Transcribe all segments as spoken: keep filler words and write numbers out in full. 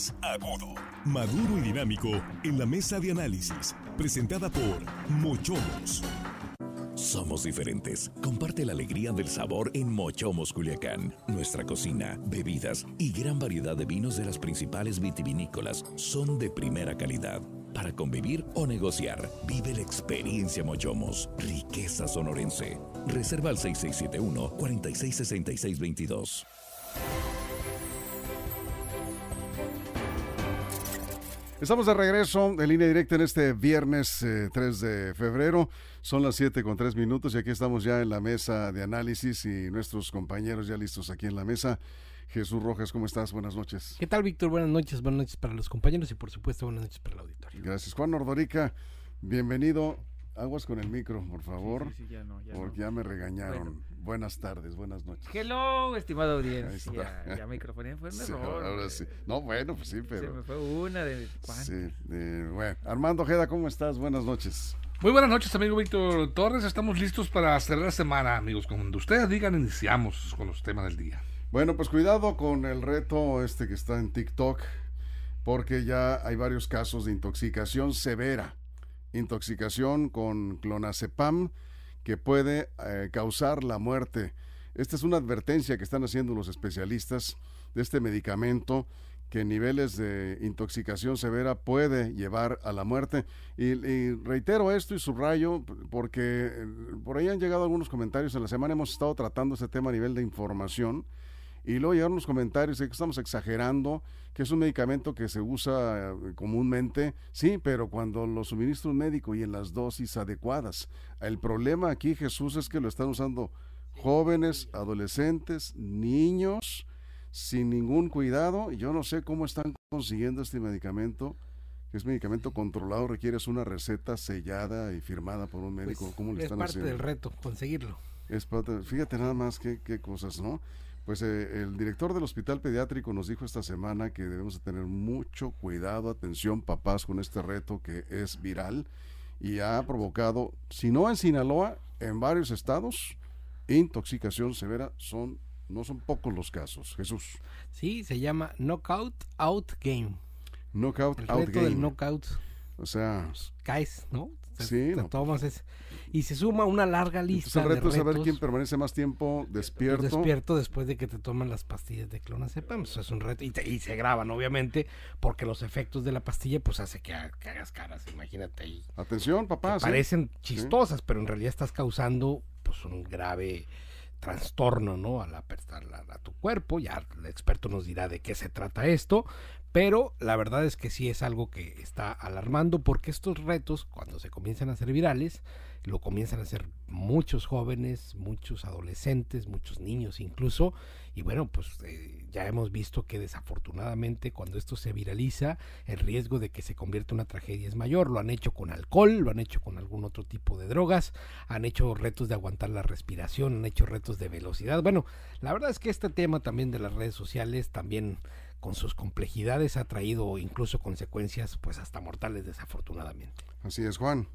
más agudo, maduro y dinámico en la mesa de análisis, presentada por Mochomos. Somos diferentes. Comparte la alegría del sabor en Mochomos Culiacán. Nuestra cocina, bebidas y gran variedad de vinos de las principales vitivinícolas son de primera calidad. Para convivir o negociar, vive la experiencia Mochomos. Riqueza sonorense. Reserva al seis seis siete uno, cuatro seis seis seis dos dos. Estamos de regreso en línea directa en este viernes eh, tres de febrero. Son las siete con tres minutos y aquí estamos ya en la mesa de análisis y nuestros compañeros ya listos aquí en la mesa. Jesús Rojas, ¿cómo estás? Buenas noches. ¿Qué tal, Víctor? Buenas noches, buenas noches para los compañeros y por supuesto buenas noches para el auditorio. Gracias. Juan Ordorica, bienvenido. Aguas con el micro, por favor, sí, sí, sí, ya no, ya porque no. ya me regañaron. Bueno. Buenas tardes, buenas noches. Hello, estimada Ahí audiencia. está. Ya, ya microfonía fue un Sí, error. ahora sí. No, bueno, pues sí, pero... Se me fue una de... ¿cuántas? Sí, eh, bueno. Armando Ojeda, ¿cómo estás? Buenas noches. Muy buenas noches, amigo Víctor Torres. Estamos listos para cerrar la semana, amigos. Cuando ustedes digan, iniciamos con los temas del día. Bueno, pues cuidado con el reto este que está en TikTok, porque ya hay varios casos de intoxicación severa. Intoxicación con clonazepam que puede eh, causar la muerte. Esta es una advertencia que están haciendo los especialistas de este medicamento que en niveles de intoxicación severa puede llevar a la muerte. Y, y reitero esto y subrayo porque eh, por ahí han llegado algunos comentarios. En la semana hemos estado tratando este tema a nivel de información y luego llegaron los comentarios de que estamos exagerando, que es un medicamento que se usa eh, comúnmente, sí, pero cuando lo suministra un médico y en las dosis adecuadas. El problema aquí, Jesús, es que lo están usando jóvenes, adolescentes, niños, sin ningún cuidado. Yo no sé cómo están consiguiendo este medicamento, que es medicamento controlado, requieres una receta sellada y firmada por un médico. Pues, ¿Cómo le es están parte haciendo? del reto, conseguirlo. Es parte, fíjate nada más qué, qué cosas, ¿no? Pues eh, el director del hospital pediátrico nos dijo esta semana que debemos de tener mucho cuidado, atención papás con este reto que es viral y ha provocado, si no en Sinaloa, en varios estados, intoxicación severa. Son, no son pocos los casos. Jesús. Sí, se llama Knockout Out Game. Knockout El Out reto Game. del knockout. O sea, Pues, caes, ¿no? Te, sí, te no. tomas es, y se suma una larga lista entonces el reto de es saber retos. quién permanece más tiempo despierto. Despierto después de que te toman las pastillas de clonazepam. Eso es un reto y, te, y se graban obviamente porque los efectos de la pastilla pues hace que, que hagas caras, imagínate ahí. Atención, papás. ¿eh? Parecen chistosas, sí, pero en realidad estás causando pues un grave trastorno, ¿no? A, la, a, la, a tu cuerpo. Ya el experto nos dirá de qué se trata esto, pero la verdad es que sí es algo que está alarmando porque estos retos, cuando se comienzan a hacer virales, lo comienzan a hacer muchos jóvenes, muchos adolescentes, muchos niños incluso, y bueno, pues eh, ya hemos visto que desafortunadamente cuando esto se viraliza, el riesgo de que se convierta en una tragedia es mayor. Lo han hecho con alcohol, lo han hecho con algún otro tipo de drogas, han hecho retos de aguantar la respiración, han hecho retos de velocidad. Bueno, la verdad es que este tema también de las redes sociales también con sus complejidades ha traído incluso consecuencias pues hasta mortales desafortunadamente. Así es, Juan.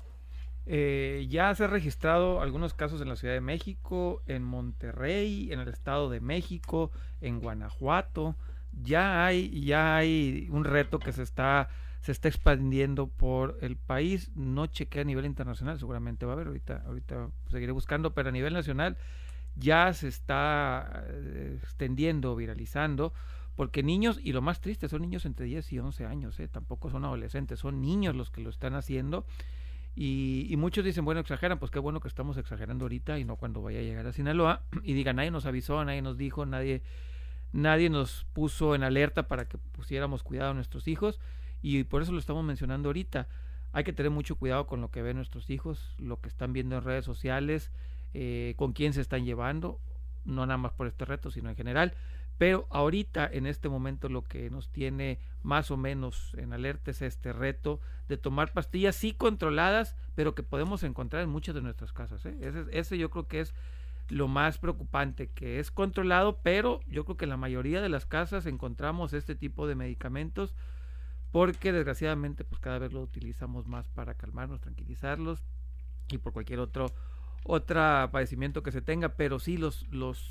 Eh, ya se han registrado algunos casos en la Ciudad de México, en Monterrey, en el Estado de México, en Guanajuato. Ya hay, ya hay un reto que se está, se está expandiendo por el país. No chequé a nivel internacional, seguramente va a haber, ahorita, ahorita seguiré buscando, pero a nivel nacional ya se está eh, extendiendo, viralizando, porque niños, y lo más triste, son niños entre diez y once años, eh, tampoco son adolescentes, son niños los que lo están haciendo. Y, y muchos dicen, bueno, exageran, pues qué bueno que estamos exagerando ahorita y no cuando vaya a llegar a Sinaloa y digan, nadie nos avisó, nadie nos dijo, nadie, nadie nos puso en alerta para que pusiéramos cuidado a nuestros hijos, y por eso lo estamos mencionando ahorita. Hay que tener mucho cuidado con lo que ven nuestros hijos, lo que están viendo en redes sociales, eh, con quién se están llevando, no nada más por este reto, sino en general. Pero ahorita, en este momento, lo que nos tiene más o menos en alerta es este reto de tomar pastillas, sí controladas, pero que podemos encontrar en muchas de nuestras casas, ¿eh? Ese, ese yo creo que es lo más preocupante, que es controlado, pero yo creo que en la mayoría de las casas encontramos este tipo de medicamentos, porque desgraciadamente pues cada vez lo utilizamos más para calmarnos, tranquilizarlos y por cualquier otro, otro padecimiento que se tenga, pero sí los... los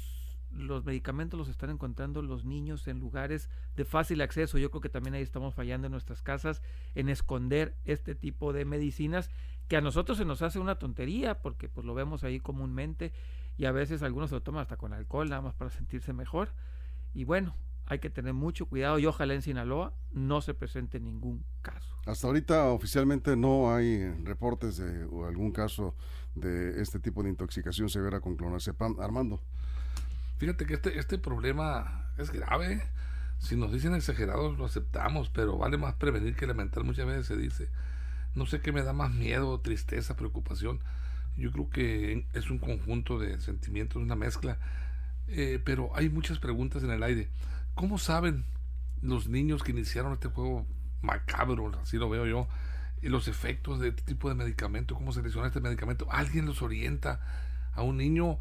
los medicamentos los están encontrando los niños en lugares de fácil acceso. Yo creo que también ahí estamos fallando en nuestras casas en esconder este tipo de medicinas que a nosotros se nos hace una tontería porque pues lo vemos ahí comúnmente y a veces algunos se lo toman hasta con alcohol nada más para sentirse mejor. Y bueno, hay que tener mucho cuidado y ojalá en Sinaloa no se presente ningún caso. Hasta ahorita oficialmente no hay reportes de o algún caso de este tipo de intoxicación severa con clonazepam. Armando. Fíjate que este, este problema es grave. Si nos dicen exagerados lo aceptamos, pero vale más prevenir que lamentar. Muchas veces se dice, no sé qué me da más miedo, tristeza, preocupación. Yo creo que es un conjunto de sentimientos, una mezcla, eh, pero hay muchas preguntas en el aire. ¿Cómo saben los niños que iniciaron este juego macabro, así lo veo yo, y los efectos de este tipo de medicamento? ¿Cómo seleccionar este medicamento? ¿Alguien los orienta a un niño?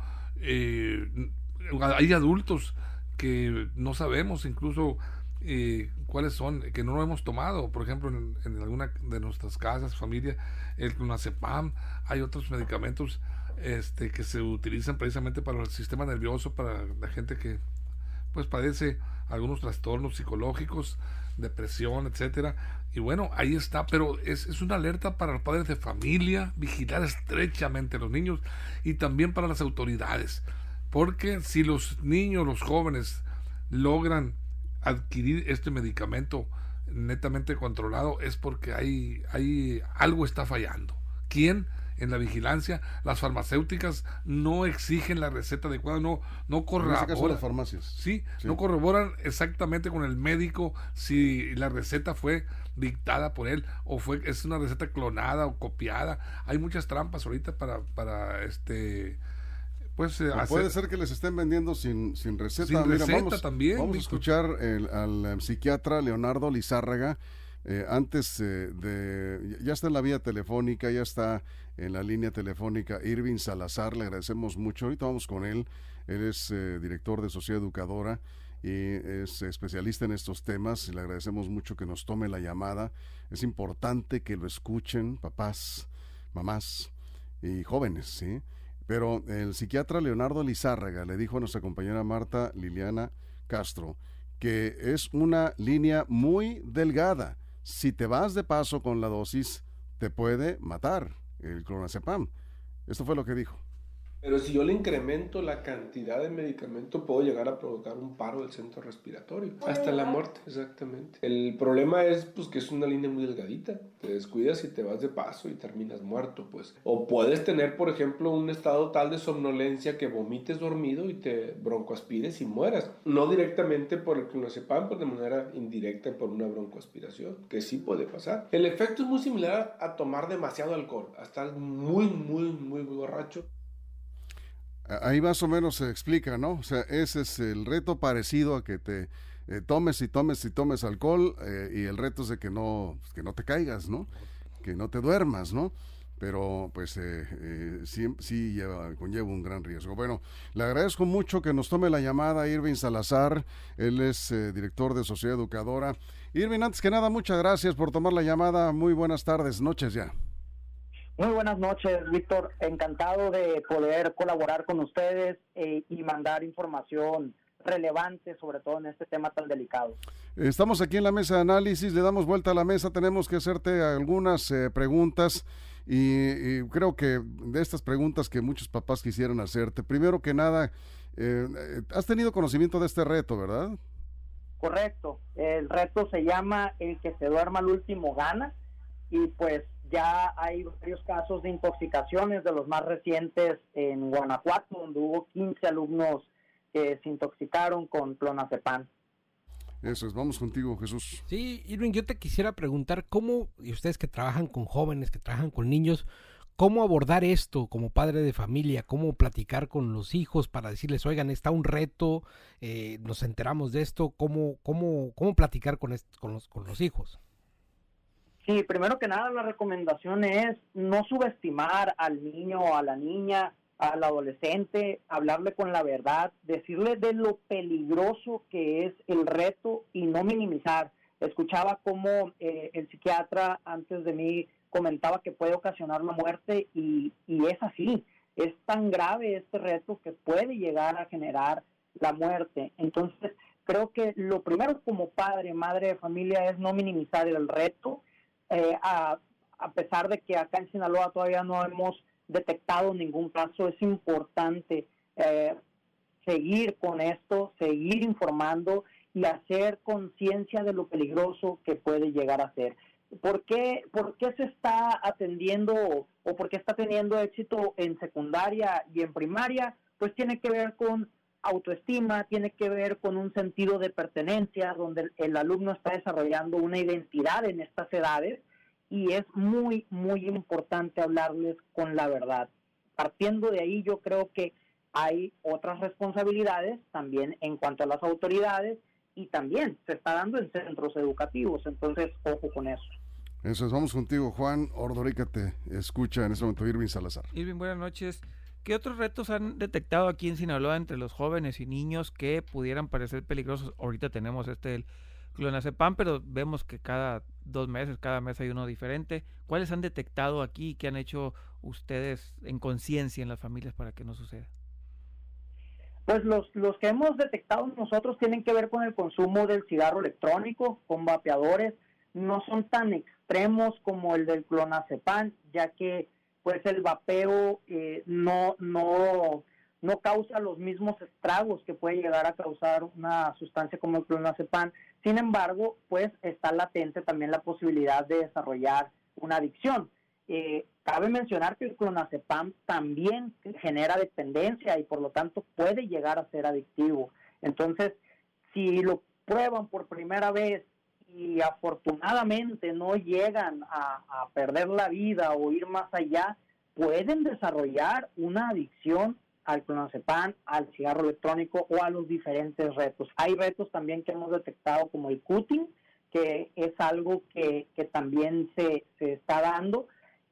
Eh, hay adultos que no sabemos incluso eh, cuáles son, que no lo hemos tomado. Por ejemplo, en, en alguna de nuestras casas, familia, el clonazepam, hay otros medicamentos este, que se utilizan precisamente para el sistema nervioso, para la gente que pues padece algunos trastornos psicológicos, depresión, etcétera. Y bueno, ahí está, pero es, es una alerta para los padres de familia, vigilar estrechamente a los niños y también para las autoridades, porque si los niños, los jóvenes logran adquirir este medicamento netamente controlado es porque hay, hay algo está fallando. ¿Quién? En la vigilancia. Las farmacéuticas no exigen la receta adecuada, no, no corroboran. Las farmacias. Sí, sí, no corroboran exactamente con el médico si la receta fue dictada por él o fue es una receta clonada o copiada. Hay muchas trampas ahorita para, para este pues eh, hacer... puede ser que les estén vendiendo sin, sin receta. Sin Mira, receta vamos, también. Vamos a escuchar el, al, al psiquiatra Leonardo Lizárraga. Eh, antes eh, de, ya está en la vía telefónica, ya está en la línea telefónica Irving Salazar, le agradecemos mucho. Ahorita vamos con él. Él es eh, director de Sociedad Educadora y es especialista en estos temas. Le agradecemos mucho que nos tome la llamada. Es importante que lo escuchen papás, mamás y jóvenes, ¿sí? Pero el psiquiatra Leonardo Lizárraga le dijo a nuestra compañera Marta Liliana Castro que es una línea muy delgada. Si te vas de paso con la dosis, te puede matar el clonazepam. Esto fue lo que dijo. Pero si yo le incremento la cantidad de medicamento, puedo llegar a provocar un paro del centro respiratorio. Hasta la muerte, exactamente. El problema es pues que es una línea muy delgadita. Te descuidas y te vas de paso y terminas muerto, pues. O puedes tener, por ejemplo, un estado tal de somnolencia que vomites dormido y te broncoaspires y mueras. No directamente por el clonazepam, pero de manera indirecta por una broncoaspiración, que sí puede pasar. El efecto es muy similar a tomar demasiado alcohol, a estar muy, muy, muy borracho. Ahí más o menos se explica, ¿no? O sea, ese es el reto parecido a que te eh, tomes y tomes y tomes alcohol eh, y el reto es de que no, que no te caigas, ¿no? Que no te duermas, ¿no? Pero pues eh, eh, sí, sí lleva, conlleva un gran riesgo. Bueno, le agradezco mucho que nos tome la llamada Irving Salazar, él es eh, director de Sociedad Educadora. Irving, antes que nada, muchas gracias por tomar la llamada, muy buenas tardes, noches ya. Muy buenas noches, Víctor. Encantado de poder colaborar con ustedes eh, y mandar información relevante, sobre todo en este tema tan delicado. Estamos aquí en la mesa de análisis, le damos vuelta a la mesa, tenemos que hacerte algunas eh, preguntas y, y creo que de estas preguntas que muchos papás quisieran hacerte, primero que nada, eh, has tenido conocimiento de este reto, ¿verdad? Correcto. El reto se llama El que se duerma al último gana y pues ya hay varios casos de intoxicaciones, de los más recientes en Guanajuato, donde hubo quince alumnos que se intoxicaron con clonazepam. Eso es, vamos contigo, Jesús. Sí, Irving, yo te quisiera preguntar cómo, y ustedes que trabajan con jóvenes, que trabajan con niños, cómo abordar esto como padre de familia, cómo platicar con los hijos para decirles, oigan, está un reto, eh, nos enteramos de esto, cómo, cómo, cómo platicar con, est- con, los, con los hijos. Sí, primero que nada la recomendación es no subestimar al niño o a la niña, al adolescente, hablarle con la verdad, decirle de lo peligroso que es el reto y no minimizar. Escuchaba cómo eh, el psiquiatra antes de mí comentaba que puede ocasionar la muerte y, y es así. Es tan grave este reto que puede llegar a generar la muerte. Entonces, creo que lo primero como padre, madre de familia, es no minimizar el reto, eh, a, a pesar de que acá en Sinaloa todavía no hemos detectado ningún caso. Es importante eh, seguir con esto, seguir informando y hacer conciencia de lo peligroso que puede llegar a ser. ¿Por qué, por qué se está atendiendo o, o por qué está teniendo éxito en secundaria y en primaria? Pues tiene que ver con autoestima, tiene que ver con un sentido de pertenencia, donde el, el alumno está desarrollando una identidad en estas edades, y es muy, muy importante hablarles con la verdad. Partiendo de ahí, yo creo que hay otras responsabilidades también en cuanto a las autoridades, y también se está dando en centros educativos, entonces ojo con eso. Eso es, vamos contigo, Juan Ordorica, te escucha en este momento Irving Salazar. Irving, buenas noches. ¿Qué otros retos han detectado aquí en Sinaloa entre los jóvenes y niños que pudieran parecer peligrosos? Ahorita tenemos este el clonazepam, pero vemos que cada dos meses, cada mes hay uno diferente. ¿Cuáles han detectado aquí y qué han hecho ustedes en conciencia en las familias para que no suceda? Pues los, los que hemos detectado nosotros tienen que ver con el consumo del cigarro electrónico, con vapeadores. No son tan extremos como el del clonazepam, ya que pues el vapeo eh, no, no, no causa los mismos estragos que puede llegar a causar una sustancia como el clonazepam. Sin embargo, pues está latente también la posibilidad de desarrollar una adicción. Eh, cabe mencionar que el clonazepam también genera dependencia y por lo tanto puede llegar a ser adictivo. Entonces, si lo prueban por primera vez y afortunadamente no llegan a, a perder la vida o ir más allá, pueden desarrollar una adicción al clonazepam, al cigarro electrónico o a los diferentes retos. Hay retos también que hemos detectado como el cutting, que es algo que, que también se, se está dando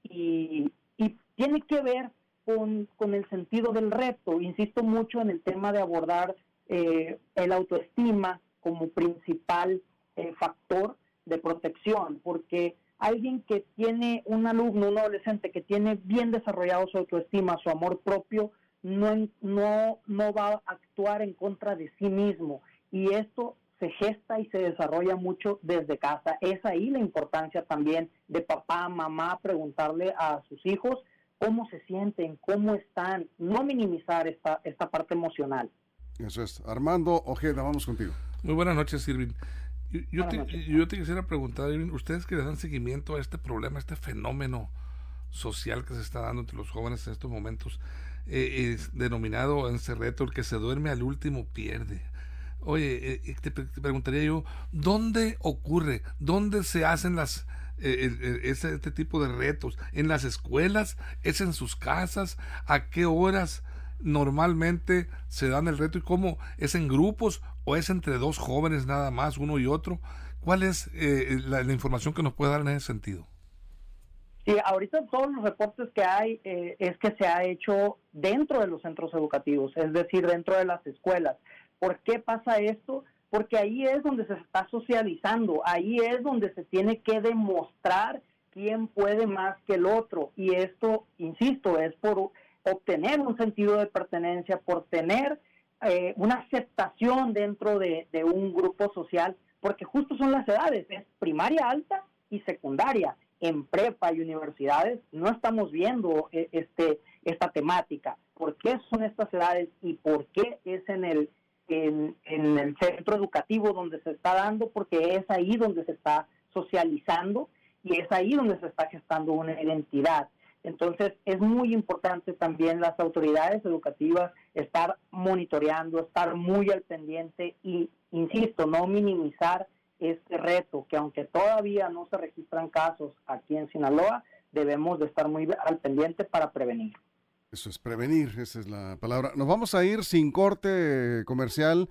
y, y tiene que ver con, con el sentido del reto. Insisto mucho en el tema de abordar eh, el autoestima como principal eh, factor de protección, porque alguien que tiene, un alumno, un adolescente que tiene bien desarrollado su autoestima, su amor propio, no, no, no va a actuar en contra de sí mismo, y esto se gesta y se desarrolla mucho desde casa. Es ahí la importancia también de papá, mamá, preguntarle a sus hijos cómo se sienten, cómo están, no minimizar esta, esta parte emocional. Eso es. Armando Ojeda, vamos contigo. Muy buenas noches, Irving. Yo, yo, buenas te, noches. yo te quisiera preguntar, Irving, ustedes que le dan seguimiento a este problema, a este fenómeno social que se está dando entre los jóvenes en estos momentos, eh, es denominado encerreto, el que se duerme al último pierde. Oye, eh, te, te preguntaría yo, ¿dónde ocurre? ¿Dónde se hacen las eh, el, el, ese, este tipo de retos? ¿En las escuelas? ¿Es en sus casas? ¿A qué horas normalmente se dan el reto? ¿Y cómo? ¿Es en grupos o es entre dos jóvenes nada más, uno y otro? ¿Cuál es eh, la, la información que nos puede dar en ese sentido? Sí, ahorita todos los reportes que hay eh, es que se ha hecho dentro de los centros educativos, es decir, dentro de las escuelas. ¿Por qué pasa esto? Porque ahí es donde se está socializando, ahí es donde se tiene que demostrar quién puede más que el otro. Y esto, insisto, es por obtener un sentido de pertenencia, por tener eh, una aceptación dentro de, de un grupo social, porque justo son las edades, es primaria alta y secundaria. En prepa y universidades no estamos viendo eh, este esta temática. ¿Por qué son estas edades y por qué es en el En, en el centro educativo donde se está dando? Porque es ahí donde se está socializando y es ahí donde se está gestando una identidad. Entonces es muy importante también las autoridades educativas estar monitoreando, estar muy al pendiente y, insisto, no minimizar este reto, que aunque todavía no se registran casos aquí en Sinaloa, debemos de estar muy al pendiente para prevenir. Eso es prevenir, esa es la palabra. Nos vamos a ir sin corte comercial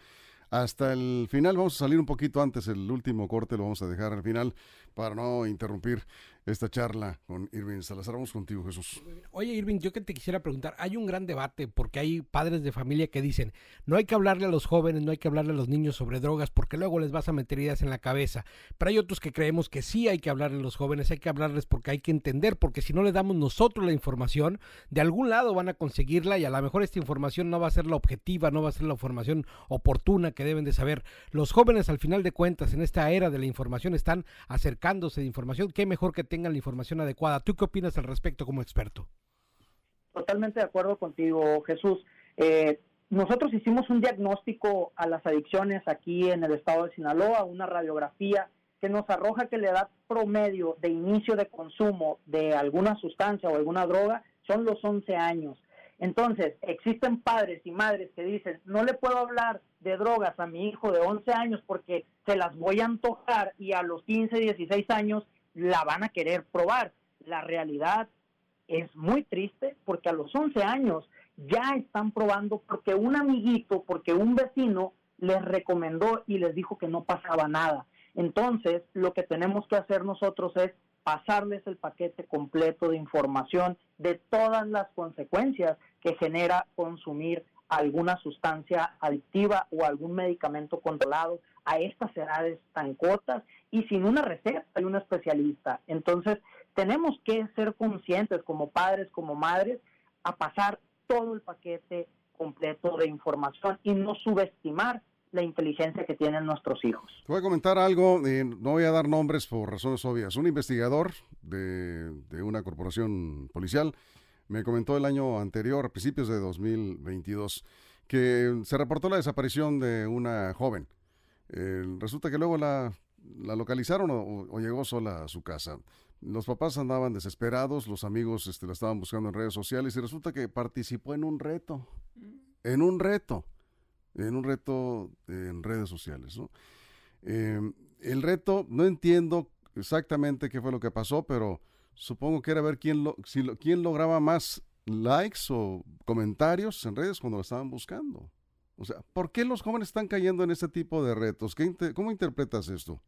hasta el final. Vamos a salir un poquito antes, el último corte lo vamos a dejar al final para no interrumpir esta charla con Irving Salazar. Vamos contigo, Jesús. Oye, Irving, yo que te quisiera preguntar, hay un gran debate porque hay padres de familia que dicen, no hay que hablarle a los jóvenes, no hay que hablarle a los niños sobre drogas porque luego les vas a meter ideas en la cabeza, pero hay otros que creemos que sí hay que hablarle a los jóvenes, hay que hablarles porque hay que entender, porque si no le damos nosotros la información, de algún lado van a conseguirla y a lo mejor esta información no va a ser la objetiva, no va a ser la información oportuna que deben de saber. Los jóvenes, al final de cuentas, en esta era de la información, están acercándose de información. Qué mejor que tengan la información adecuada. ¿Tú qué opinas al respecto como experto? Totalmente de acuerdo contigo, Jesús. Eh, nosotros hicimos un diagnóstico a las adicciones aquí en el estado de Sinaloa, una radiografía que nos arroja que la edad promedio de inicio de consumo de alguna sustancia o alguna droga son los once años. Entonces, existen padres y madres que dicen, no le puedo hablar de drogas a mi hijo de once años porque se las voy a antojar y a los quince, dieciséis años la van a querer probar. La realidad es muy triste porque a los once años ya están probando porque un amiguito, porque un vecino les recomendó y les dijo que no pasaba nada. Entonces, lo que tenemos que hacer nosotros es pasarles el paquete completo de información de todas las consecuencias que genera consumir alguna sustancia adictiva o algún medicamento controlado a estas edades tan cortas y sin una receta y un especialista. Entonces, tenemos que ser conscientes como padres, como madres, a pasar todo el paquete completo de información y no subestimar la inteligencia que tienen nuestros hijos. Te voy a comentar algo, eh, no voy a dar nombres por razones obvias. Un investigador de, de una corporación policial me comentó el año anterior, a principios de dos mil veintidós, que se reportó la desaparición de una joven. Eh, resulta que luego la, la localizaron o, o llegó sola a su casa. Los papás andaban desesperados, los amigos este, la estaban buscando en redes sociales y resulta que participó en un reto, en un reto. en un reto en redes sociales, ¿no? Eh, el reto, no entiendo exactamente qué fue lo que pasó, pero supongo que era ver quién, lo, si lo, quién lograba más likes o comentarios en redes cuando lo estaban buscando. O sea, ¿por qué los jóvenes están cayendo en este tipo de retos? ¿Qué, ¿Cómo interpretas esto?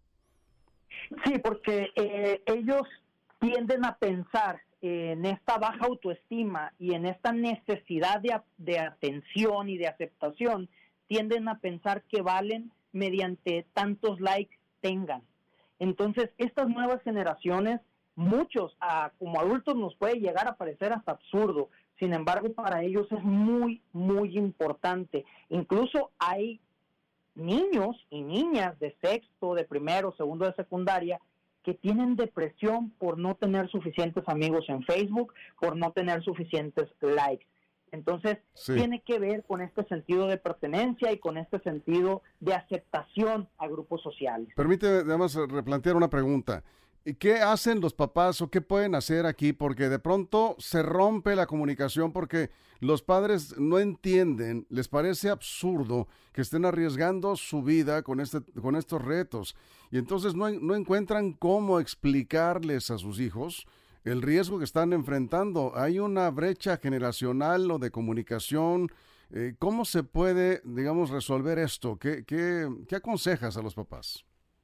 Sí, porque eh, ellos tienden a pensar en esta baja autoestima y en esta necesidad de, de atención y de aceptación, tienden a pensar que valen mediante tantos likes tengan. Entonces, estas nuevas generaciones, muchos a, como adultos nos puede llegar a parecer hasta absurdo, sin embargo, para ellos es muy, muy importante. Incluso hay niños y niñas de sexto, de primero, segundo de secundaria, que tienen depresión por no tener suficientes amigos en Facebook, por no tener suficientes likes. Entonces, sí, tiene que ver con este sentido de pertenencia y con este sentido de aceptación a grupos sociales. Permíteme, además, replantear una pregunta. ¿Qué hacen los papás o qué pueden hacer aquí? Porque de pronto se rompe la comunicación porque los padres no entienden, les parece absurdo que estén arriesgando su vida con, este, con estos retos. Y entonces no, no encuentran cómo explicarles a sus hijos el riesgo que están enfrentando. Hay una brecha generacional o de comunicación. Eh, ¿Cómo se puede, digamos, resolver esto? ¿Qué, qué, qué aconsejas a los papás?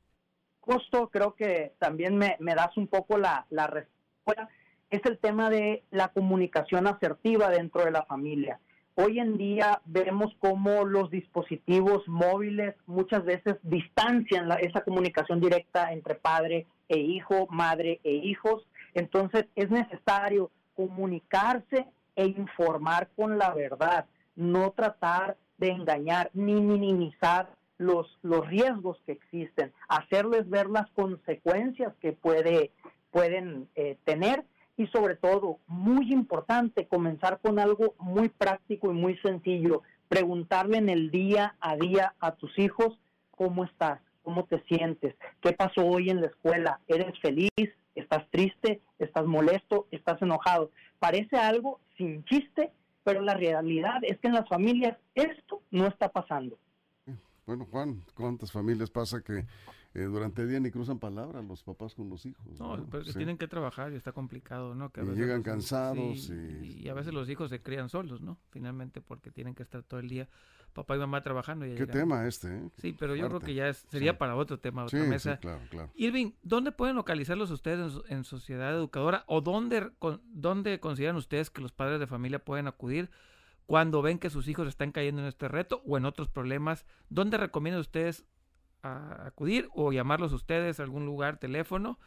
Justo creo que también me, me das un poco la, la respuesta. Es el tema de la comunicación asertiva dentro de la familia. Hoy en día vemos cómo los dispositivos móviles muchas veces distancian la, esa comunicación directa entre padre e hijo, madre e hijos. Entonces es necesario comunicarse e informar con la verdad, no tratar de engañar ni minimizar los, los riesgos que existen, hacerles ver las consecuencias que puede, pueden eh, tener y sobre todo, muy importante, comenzar con algo muy práctico y muy sencillo, preguntarle en el día a día a tus hijos, ¿cómo estás? ¿Cómo te sientes? ¿Qué pasó hoy en la escuela? ¿Eres feliz? ¿Estás triste? ¿Estás molesto? ¿Estás enojado? Parece algo sin chiste, pero la realidad es que en las familias esto no está pasando. Bueno, Juan, ¿cuántas familias pasa que eh, durante el día ni cruzan palabras los papás con los hijos. No, ¿no? pero Sí. tienen que trabajar y está complicado, ¿no? Que a Y veces llegan los- cansados sí, y- y a veces los hijos se crían solos, ¿no? Finalmente porque tienen que estar todo el día papá y mamá trabajando. Y ya Qué llegan. tema este, ¿eh? Sí, pero yo creo Fuerte. que ya es- sería Sí. para otro tema, otra Sí, mesa. sí, claro, claro. Irving, ¿dónde pueden localizarlos ustedes en, so- en Sociedad Educadora o dónde, con- dónde consideran ustedes que los padres de familia pueden acudir cuando ven que sus hijos están cayendo en este reto o en otros problemas? ¿Dónde recomiendan ustedes a- acudir o llamarlos ustedes a algún lugar, teléfono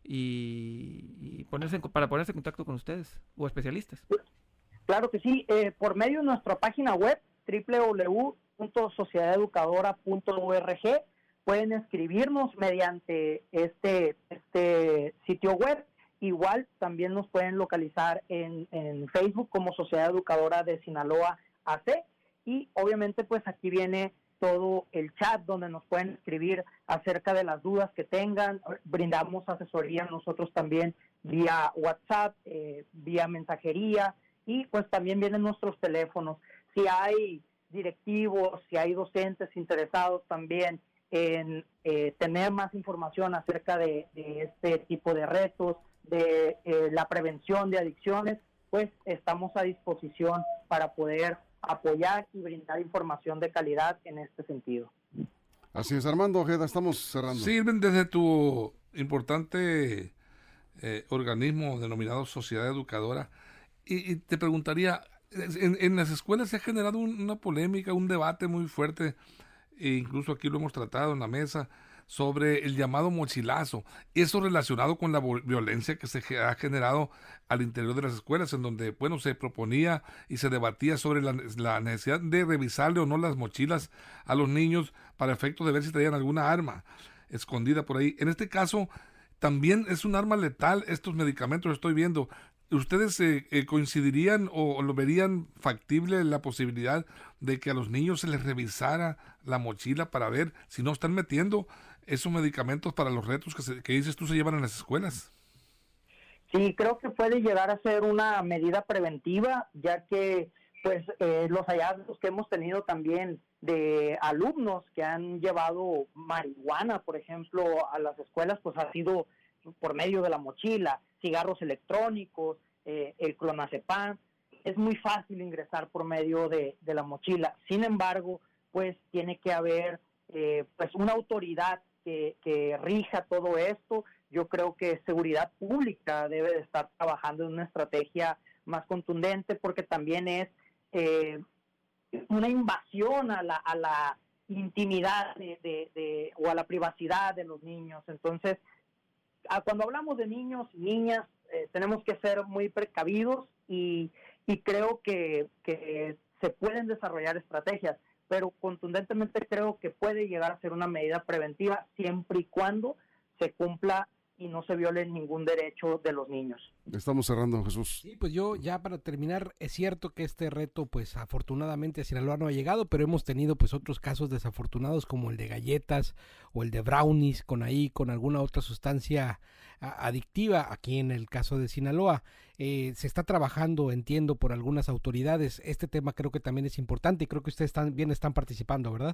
y, y ponerse en co- para ponerse en contacto con ustedes o especialistas? Claro que sí, eh, por medio de nuestra página web doble u doble u doble u punto sociedad educadora punto org pueden escribirnos mediante este, este sitio web. Igual también nos pueden localizar en, en Facebook como Sociedad Educadora de Sinaloa A C, y obviamente pues aquí viene todo el chat donde nos pueden escribir acerca de las dudas que tengan. Brindamos asesoría nosotros también vía WhatsApp, eh, vía mensajería, y pues también vienen nuestros teléfonos. Si hay directivos, si hay docentes interesados también en eh, tener más información acerca de, de este tipo de retos, de eh, la prevención de adicciones, pues estamos a disposición para poder apoyar y brindar información de calidad en este sentido. Así es, Armando Ojeda, estamos cerrando. Sirven desde tu importante eh, organismo denominado Sociedad Educadora, y, y te preguntaría, en, en las escuelas se ha generado un- una polémica, un debate muy fuerte, e incluso aquí lo hemos tratado en la mesa, sobre el llamado mochilazo, eso relacionado con la vo- violencia que se ge- ha generado al interior de las escuelas, en donde, bueno, se proponía y se debatía sobre la, la necesidad de revisarle o no las mochilas a los niños para efectos de ver si traían alguna arma escondida por ahí. En este caso, también es un arma letal estos medicamentos, estoy viendo. ¿Ustedes eh, eh, coincidirían o, o lo verían factible la posibilidad de que a los niños se les revisara la mochila para ver si no están metiendo esos medicamentos para los retos que, se, que dices tú se llevan en las escuelas? Sí, creo que puede llegar a ser una medida preventiva, ya que pues eh, los hallazgos que hemos tenido también de alumnos que han llevado marihuana, por ejemplo, a las escuelas, pues ha sido por medio de la mochila, cigarros electrónicos, eh, el clonazepam. Es muy fácil ingresar por medio de, de la mochila. Sin embargo, pues tiene que haber eh, pues una autoridad que, que rija todo esto. Yo creo que seguridad pública debe de estar trabajando en una estrategia más contundente, porque también es eh, una invasión a la, a la intimidad de, de, de, o a la privacidad de los niños. Entonces, a, cuando hablamos de niños y niñas, eh, tenemos que ser muy precavidos, y, y creo que, que se pueden desarrollar estrategias, pero contundentemente creo que puede llegar a ser una medida preventiva siempre y cuando se cumpla y no se viole ningún derecho de los niños. Estamos cerrando, Jesús. Sí, pues yo ya para terminar, es cierto que este reto pues afortunadamente a Sinaloa no ha llegado, pero hemos tenido pues otros casos desafortunados como el de galletas o el de brownies con ahí, con alguna otra sustancia a, adictiva aquí en el caso de Sinaloa. Eh, se está trabajando, entiendo, por algunas autoridades. Este tema creo que también es importante y creo que ustedes también están participando, ¿verdad?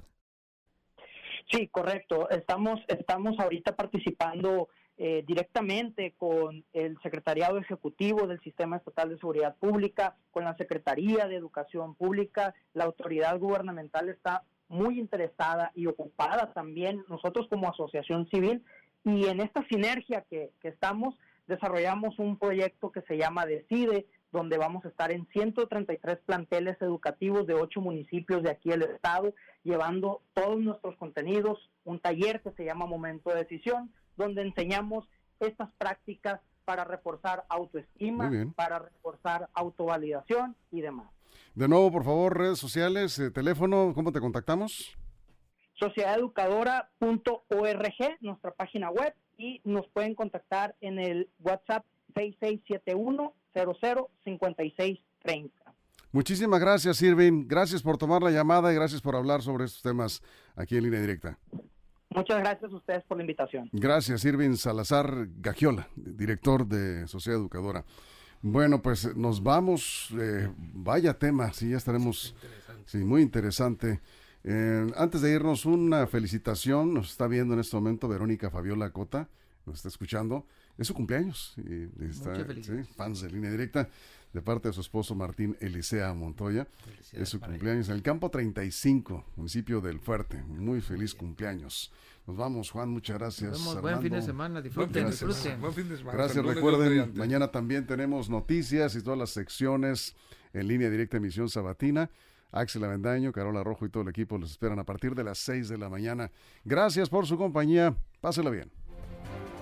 Sí, correcto. Estamos, estamos ahorita participando Eh, directamente con el Secretariado Ejecutivo del Sistema Estatal de Seguridad Pública, con la Secretaría de Educación Pública. La autoridad gubernamental está muy interesada y ocupada también, nosotros como asociación civil, y en esta sinergia que, que estamos, desarrollamos un proyecto que se llama Decide, donde vamos a estar en ciento treinta y tres planteles educativos de ocho municipios de aquí del estado, llevando todos nuestros contenidos, un taller que se llama Momento de Decisión, donde enseñamos estas prácticas para reforzar autoestima, para reforzar autovalidación y demás. De nuevo, por favor, redes sociales, eh, teléfono, ¿cómo te contactamos? sociedad educadora punto org, nuestra página web, y nos pueden contactar en el WhatsApp seis seis siete uno cero cero cinco seis tres cero. Muchísimas gracias, Irving. Gracias por tomar la llamada y gracias por hablar sobre estos temas aquí en Línea Directa. Muchas gracias a ustedes por la invitación. Gracias, Irving Salazar Gagiola, director de Sociedad Educadora. Bueno, pues nos vamos. Eh, vaya tema, sí, ya estaremos. Sí, muy interesante. Eh, antes de irnos, una felicitación. Nos está viendo en este momento Verónica Fabiola Cota, nos está escuchando. Es su cumpleaños. Y está, Muchas felicidades. sí, fans de Línea Directa, de parte de su esposo Martín Elisea Montoya. Es su cumpleaños en el campo treinta y cinco, municipio del Fuerte. Muy feliz cumpleaños. Nos vamos, Juan, muchas gracias. Nos vemos. Armando. Buen fin de semana, disfruten, Buen fin de disfruten. semana, buen fin de semana. Gracias, Hasta el lunes, recuerden, Dios mediante. mañana también tenemos noticias y todas las secciones en Línea Directa, emisión sabatina. Axel Avendaño, Carola Rojo y todo el equipo los esperan a partir de las seis de la mañana. Gracias por su compañía. Pásela bien.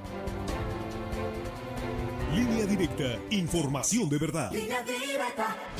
Línea Directa, información de verdad. Línea Directa.